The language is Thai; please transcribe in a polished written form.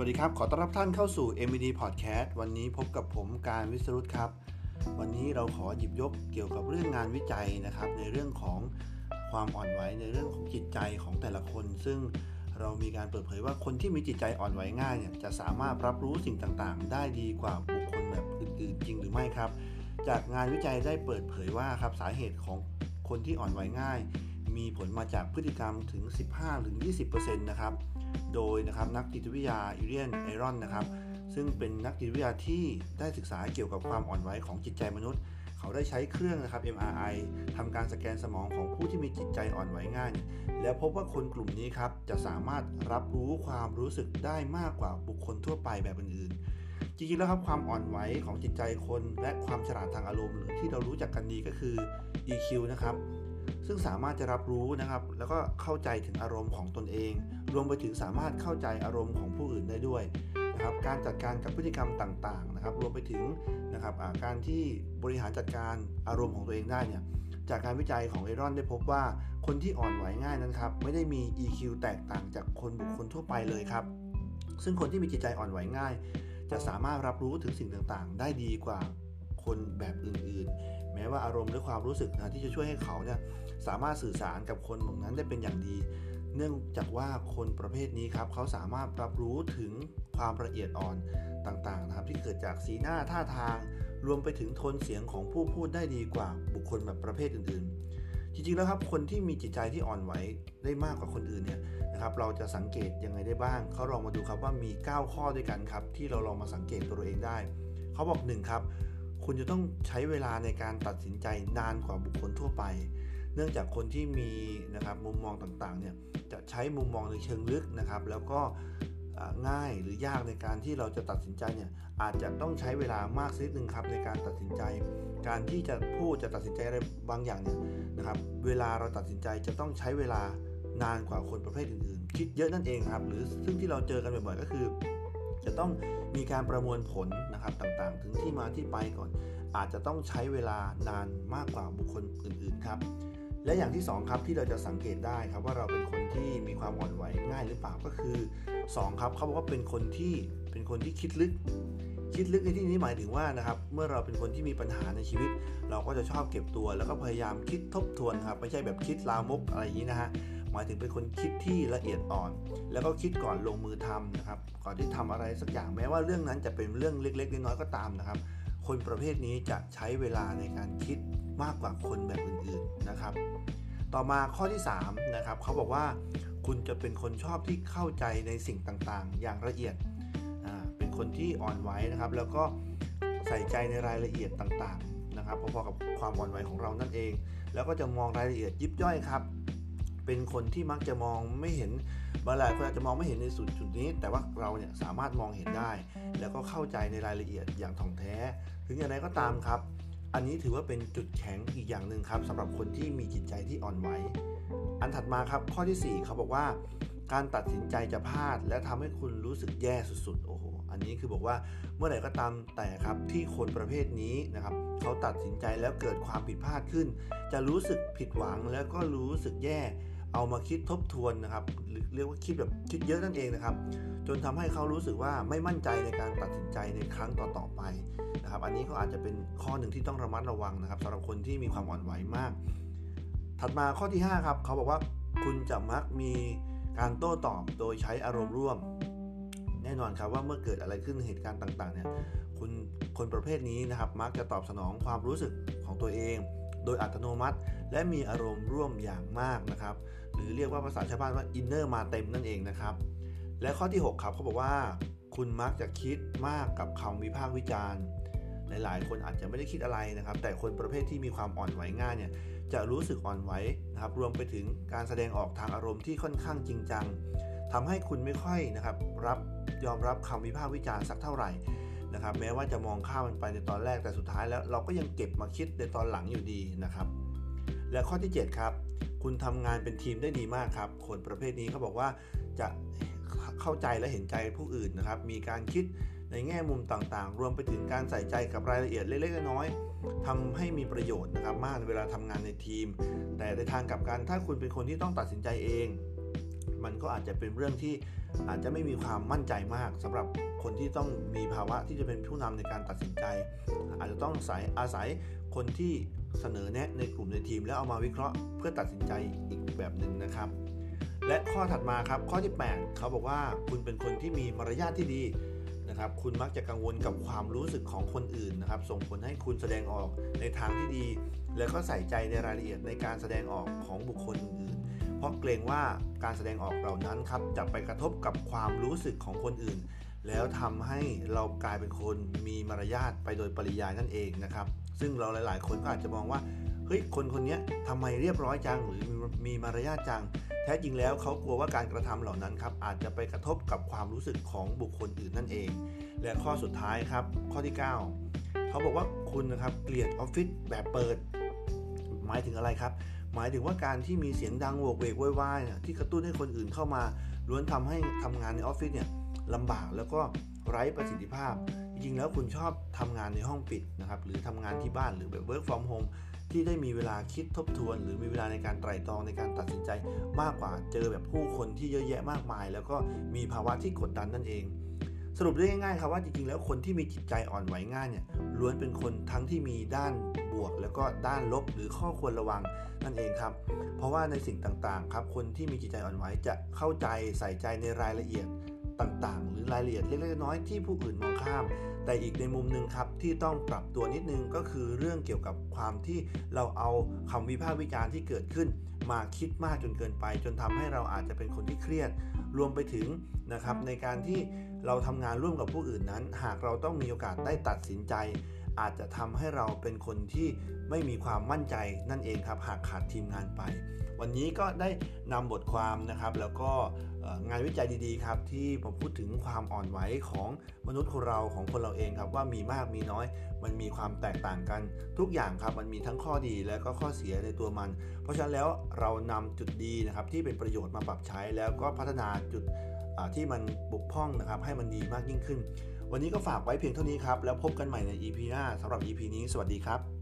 วัสดีครับขอต้อนรับท่านเข้าสู่ MED Podcast วันนี้พบกับผมการวิศรุตครับวันนี้เราขอหยิบยกเกี่ยวกับเรื่องงานวิจัยนะครับในเรื่องของความอ่อนไหวในเรื่องของจิตใจของแต่ละคนซึ่งเรามีการเปิดเผยว่าคนที่มีจิตใจอ่อนไหวง่ายเนี่ยจะสามารถรับรู้สิ่งต่างๆได้ดีกว่าบุคคลแบบอื่นๆจริงหรือไม่ครับจากงานวิจัยได้เปิดเผยว่าครับสาเหตุของคนที่อ่อนไหวง่ายมีผลมาจากพฤติกรรมถึง 15-20% นะครับโดยนะครับนักจิตวิทยาอิเลียนไอรอนนะครับซึ่งเป็นนักจิตวิทยาที่ได้ศึกษาเกี่ยวกับความอ่อนไหวของจิตใจมนุษย์เขาได้ใช้เครื่องนะครับ MRI ทำการสแกนสมองของผู้ที่มีจิตใจอ่อนไหวง่ายแล้วพบว่าคนกลุ่มนี้ครับจะสามารถรับรู้ความรู้สึกได้มากกว่าบุคคลทั่วไปแบบอื่นๆจริงๆแล้วครับความอ่อนไหวของจิตใจคนและความฉลาดทางอารมณ์หรือที่เรารู้จักกันดีก็คือ EQ นะครับซึ่งสามารถจะรับรู้นะครับแล้วก็เข้าใจถึงอารมณ์ของตนเองรวมไปถึงสามารถเข้าใจอารมณ์ของผู้อื่นได้ด้วยนะครับการจัดการกับพฤติกรรมต่างๆนะครับรวมไปถึงนะครับการที่บริหารจัดการอารมณ์ของตัวเองได้เนี่ยจากการวิจัยของไอรอนได้พบว่าคนที่อ่อนไหวง่ายนั้นครับไม่ได้มี EQ แตกต่างจากบุคคลทั่วไปเลยครับซึ่งคนที่มีจิตใจอ่อนไหวง่ายจะสามารถรับรู้ถึงสิ่งต่างๆได้ดีกว่าคนแบบอื่นๆแม้ว่าอารมณ์หรือความรู้สึกนะที่จะช่วยให้เขาเนี่ยสามารถสื่อสารกับคนเหล่านั้นได้เป็นอย่างดีเนื่องจากว่าคนประเภทนี้ครับเขาสามารถรับรู้ถึงความละเอียดอ่อนต่างๆนะครับที่เกิดจากสีหน้าท่าทางรวมไปถึงโทนเสียงของผู้พูดได้ดีกว่าบุคคลแบบประเภทอื่นๆจริงๆแล้วครับคนที่มีจิตใจที่อ่อนไหวได้มากกว่าคนอื่นเนี่ยนะครับเราจะสังเกตยังไงได้บ้างเขาลองมาดูครับว่ามี9ข้อด้วยกันครับที่เราลองมาสังเกตตัวเองได้เขาบอก1ครับคุณจะต้องใช้เวลาในการตัดสินใจนานกว่าบุคคลทั่วไปเนื่องจากคนที่มีนะครับมุมมองต่างๆเนี่ยจะใช้มุมมองในเชิงลึกนะครับแล้วก็ง่ายหรือยากในการที่เราจะตัดสินใจเนี่ยอาจจะต้องใช้เวลามากสักนิดนึงครับในการตัดสินใจการที่จะพูดจะตัดสินใจอะไรบางอย่างเนี่ยนะครับเวลาเราตัดสินใจจะต้องใช้เวลานานกว่าคนประเภทอื่นๆคิดเยอะนั่นเองครับหรือซึ่งที่เราเจอกันบ่อยๆก็คือจะต้องมีการประมวลผลนะครับต่างๆถึงที่มาที่ไปก่อนอาจจะต้องใช้เวลานานมากกว่าบุคคลอื่นๆครับและอย่างที่2ครับที่เราจะสังเกตได้ครับว่าเราเป็นคนที่มีความอ่อนไหวง่ายหรือเปล่าก็คือ2ครับเขาบอกว่าเป็นคนที่คิดลึกในที่นี้หมายถึงว่านะครับเมื่อเราเป็นคนที่มีปัญหาในชีวิตเราก็จะชอบเก็บตัวแล้วก็พยายามคิดทบทวนครับไม่ใช่แบบคิดลามกอะไรอย่างนี้นะฮะหมายถึงเป็นคนคิดที่ละเอียดอ่อนแล้วก็คิดก่อนลงมือทำนะครับก่อนที่ทำอะไรสักอย่างแม้ว่าเรื่องนั้นจะเป็นเรื่องเล็กๆน้อยๆก็ตามนะครับคนประเภทนี้จะใช้เวลาในการคิดมากกว่าคนแบบอื่นๆนะครับต่อมาข้อที่3นะครับเขาบอกว่าคุณจะเป็นคนชอบที่เข้าใจในสิ่งต่างๆอย่างละเอียดเป็นคนที่อ่อนไหวนะครับแล้วก็ใส่ใจในรายละเอียดต่างๆนะครับพอๆกับความอ่อนไหวของเรานั่นเองแล้วก็จะมองรายละเอียดยิบย่อยครับเป็นคนที่มักจะมองไม่เห็นบางหลายคนอาจจะมองไม่เห็นในจุดนี้แต่ว่าเราเนี่ยสามารถมองเห็นได้แล้วก็เข้าใจในรายละเอียดอย่างถ่องแท้ถึงอย่างไรก็ตามครับอันนี้ถือว่าเป็นจุดแข็งอีกอย่างหนึ่งครับสำหรับคนที่มีจิตใจที่อ่อนไหวอันถัดมาครับข้อที่4เขาบอกว่าการตัดสินใจจะพลาดและทำให้คุณรู้สึกแย่สุดๆโอ้โหอันนี้คือบอกว่าเมื่อไหร่ก็ตามแต่ครับที่คนประเภทนี้นะครับเขาตัดสินใจแล้วเกิดความผิดพลาดขึ้นจะรู้สึกผิดหวังแล้วก็รู้สึกแย่เอามาคิดทบทวนนะครับเรียกว่าคิดเยอะนั่นเองนะครับจนทำให้เขารู้สึกว่าไม่มั่นใจในการตัดสินใจในครั้งต่อๆไปนะครับอันนี้ก็อาจจะเป็นข้อหนึ่งที่ต้องระมัดระวังนะครับสำหรับคนที่มีความอ่อนไหวมากถัดมาข้อที่5ครับเขาบอกว่าคุณจะมักมีการโต้ตอบโดยใช้อารมณ์ร่วมแน่นอนครับว่าเมื่อเกิดอะไรขึ้นเหตุการณ์ต่างๆเนี่ยคนประเภทนี้นะครับมักจะตอบสนองความรู้สึกของตัวเองโดยอัตโนมัติและมีอารมณ์ร่วมอย่างมากนะครับหรือเรียกว่าภาษาชาวบ้านว่าอินเนอร์มาเต็มนั่นเองนะครับและข้อที่6ครับเขาบอกว่าคุณมักจะคิดมากกับคำวิพากษ์วิจารณ์หลายๆคนอาจจะไม่ได้คิดอะไรนะครับแต่คนประเภทที่มีความอ่อนไหวง่ายเนี่ยจะรู้สึกอ่อนไหวนะครับรวมไปถึงการแสดงออกทางอารมณ์ที่ค่อนข้างจริงจังทำให้คุณไม่ค่อยนะครับยอมรับคำวิพากษ์วิจารณ์สักเท่าไหร่นะครับแม้ว่าจะมองข้ามมันไปในตอนแรกแต่สุดท้ายแล้วเราก็ยังเก็บมาคิดในตอนหลังอยู่ดีนะครับและข้อที่7ครับคุณทำงานเป็นทีมได้ดีมากครับคนประเภทนี้เขาบอกว่าจะเข้าใจและเห็นใจผู้อื่นนะครับมีการคิดในแง่มุมต่างๆรวมไปถึงการใส่ใจกับรายละเอียดเล็กๆน้อยๆทำให้มีประโยชน์นะครับมากเวลาทำงานในทีมแต่ในทางกลับกันถ้าคุณเป็นคนที่ต้องตัดสินใจเองมันก็อาจจะเป็นเรื่องที่อาจจะไม่มีความมั่นใจมากสำหรับคนที่ต้องมีภาวะที่จะเป็นผู้นำในการตัดสินใจอาจจะต้องอาศัยคนที่เสนอแนะในกลุ่มในทีมแล้วเอามาวิเคราะห์เพื่อตัดสินใจอีกแบบหนึ่งนะครับและข้อถัดมาครับข้อที่8เขาบอกว่าคุณเป็นคนที่มีมารยาทที่ดีนะครับคุณมักจะกังวลกับความรู้สึกของคนอื่นนะครับส่งผลให้คุณแสดงออกในทางที่ดีและก็ใส่ใจในรายละเอียดในการแสดงออกของบุคคลอื่นเพราะเกรงว่าการแสดงออกเหล่านั้นครับจะไปกระทบกับความรู้สึกของคนอื่นแล้วทำให้เรากลายเป็นคนมีมารยาทไปโดยปริยายนั่นเองนะครับซึ่งเราหลายๆคนก็อาจจะมองว่าเฮ้ยคนนี้ทำไมเรียบร้อยจังหรือมีมารยาทจังแท้จริงแล้วเขากลัวว่าการกระทำเหล่านั้นครับอาจจะไปกระทบกับความรู้สึกของบุคคลอื่นนั่นเองและข้อสุดท้ายครับข้อที่9เขาบอกว่าคุณนะครับเกลียดออฟฟิศแบบเปิดหมายถึงอะไรครับหมายถึงว่าการที่มีเสียงดังโวกเวกโวยวายที่กระตุ้นให้คนอื่นเข้ามาล้วนทำให้ทำงานในออฟฟิศเนี่ยลำบากแล้วก็ไร้ประสิทธิภาพจริงๆแล้วคุณชอบทำงานในห้องปิดนะครับหรือทำงานที่บ้านหรือแบบ work from home ที่ได้มีเวลาคิดทบทวนหรือมีเวลาในการไตร่ตรองในการตัดสินใจมากกว่าเจอแบบผู้คนที่เยอะแยะมากมายแล้วก็มีภาวะที่กดดันนั่นเองสรุปได้ง่ายๆครับว่าจริงๆแล้วคนที่มีจิตใจอ่อนไหวง่ายเนี่ยล้วนเป็นคนทั้งที่มีด้านบวกแล้วก็ด้านลบหรือข้อควรระวังนั่นเองครับเพราะว่าในสิ่งต่างๆครับคนที่มีจิตใจอ่อนไหวจะเข้าใจใส่ใจในรายละเอียดต่างๆหรือรายละเอียดเล็กๆน้อยๆที่ผู้อื่นมองข้ามแต่อีกในมุมนึงครับที่ต้องปรับตัวนิดนึงก็คือเรื่องเกี่ยวกับความที่เราเอาคำวิพากษ์วิจารณ์ที่เกิดขึ้นมาคิดมากจนเกินไปจนทำให้เราอาจจะเป็นคนที่เครียดรวมไปถึงนะครับในการที่เราทำงานร่วมกับผู้อื่นนั้นหากเราต้องมีโอกาสได้ตัดสินใจอาจจะทำให้เราเป็นคนที่ไม่มีความมั่นใจนั่นเองครับหากขาดทีมงานไปวันนี้ก็ได้นำบทความนะครับแล้วก็งานวิจัยดีๆครับที่ผมพูดถึงความอ่อนไหวของมนุษย์คนเราเองครับว่ามีมากมีน้อยมันมีความแตกต่างกันทุกอย่างครับมันมีทั้งข้อดีและก็ข้อเสียในตัวมันเพราะฉะนั้นแล้วเรานำจุดดีนะครับที่เป็นประโยชน์มาปรับใช้แล้วก็พัฒนาจุดที่มันบกพร่องนะครับให้มันดีมากยิ่งขึ้นวันนี้ก็ฝากไว้เพียงเท่านี้ครับแล้วพบกันใหม่ใน EP หน้าสำหรับ EP นี้สวัสดีครับ